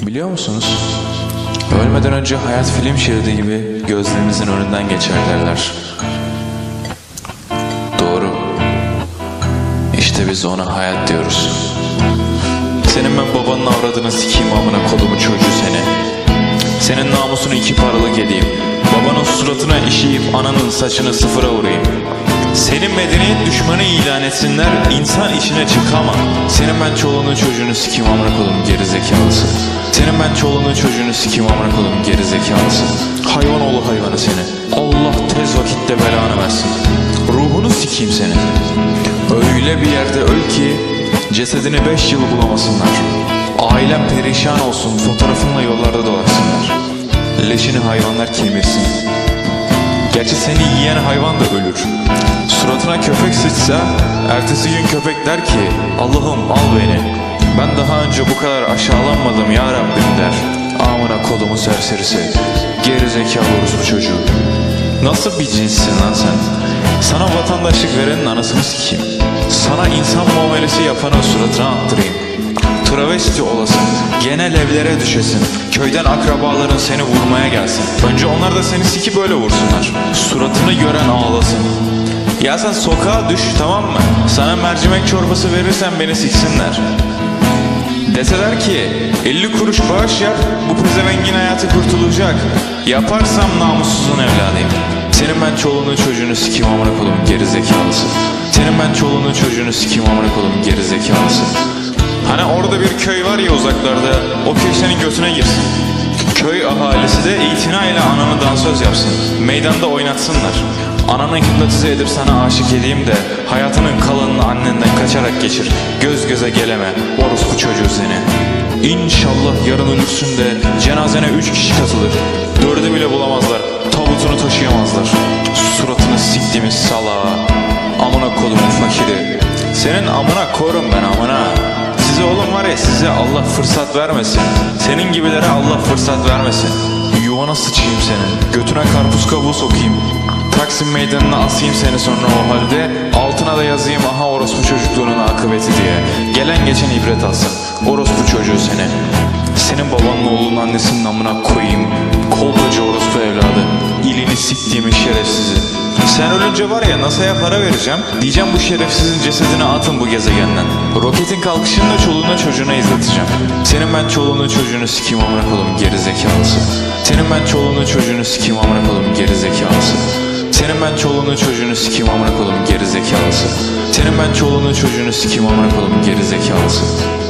Biliyor musunuz? Ölmeden önce hayat film şeridi gibi gözlerinizin önünden geçer derler. Doğru. İşte biz ona hayat diyoruz. Senin ben babanın avradını sikeyim amına kodumu çocuğu seni. Senin namusunu iki paralık edeyim. Babanın suratına işeyip ananın saçını sıfıra vurayım. Senin medeniyet düşmanı ilan etsinler, insan işine çıkama. Senin ben çoluğunu çocuğunu sikeyim amına kodum gerizekalısı. Senin ben çoluğunu çocuğunu sikeyim amına kodum gerizekalısı. Hayvan oğlu hayvanı seni. Allah tez vakitte belanı versin. Ruhunu sikeyim seni. Öyle bir yerde öl ki cesedini 5 yıl bulamasınlar. Ailen perişan olsun, fotoğrafınla yollarda dolaşsınlar. Leşini hayvanlar kemirsin. Gerçi seni yiyen hayvan da ölür. Suratına köpek sıçsa ertesi gün köpek der ki Allah'ım al beni. Ben daha önce bu kadar aşağılanmadım ya Rabbim der. Amına kodumu serserisi. Gerizekalı orospu çocuğu. Nasıl bir cinssin lan sen? Sana vatandaşlık verenin anasını sikeyim. Sana insan muamelesi yapanın suratına attırayım. Travesti olasın, genel evlere düşesin. Köyden akrabaların seni vurmaya gelsin. Önce onlar da seni sikip böyle vursunlar. Suratını gören ağlasın. Ya sen sokağa düş, tamam mı? Sana mercimek çorbası verirsen beni siksinler. Deseler ki 50 kuruş bağış yap, bu pezevengin hayatı kurtulacak. Yaparsam namussuzun evladıyım. Senin ben çoluğunu çocuğunu sikeyim amına kodum gerizekalısı. Senin ben çoluğunu çocuğunu sikeyim amına kodum gerizekalısı. Hani orada bir köy var ya uzaklarda, o köy senin götüne girsin. Köy ahalisi de itinayla ananı dansöz yapsın. Meydanda oynatsınlar. Ananı hipnotize edip sana aşık edeyim de hayatının kalanını annenden kaçarak geçir. Göz göze geleme orospu çocuğu seni. İnşallah yarın ölürsün de cenazene 3 kişi katılır. 4'ü bile bulamazlar, tabutunu taşıyamazlar. Suratını siktiğimiz salağa, amına kodumun fakiri. Senin amına korum ben amına. Size oğlum var ya, size Allah fırsat vermesin. Senin gibilere Allah fırsat vermesin. Yuvana sıçayım senin, götüne karpuz kabuğu sokayım. Taksim meydanına asayım seni sonra o halde. Altına da yazayım aha orospu çocukluğunun akıbeti diye. Gelen geçen ibret alsın, orospu çocuğu seni. Senin babanın oğlunun annesinin amına koyayım. Kolpacı orospu evladı, ilini siktiğimi şerefsizi. Sen ölünce var ya NASA'ya para vereceğim. Diyeceğim bu şerefsizin cesedini atın bu gezegenden. Roketin kalkışını da çoluğuna çocuğuna izleteceğim. Senin ben çoluğunu çocuğunu sikeyim amına kodum gerizekalısı. Senin ben çoluğunu çocuğunu sikeyim amına kodum gerizekalısı. Senin ben çoluğunu çocuğunu sikeyim amına kodum gerizekalısı. Senin ben çoluğunu çocuğunu sikeyim amına kodum gerizekalısı.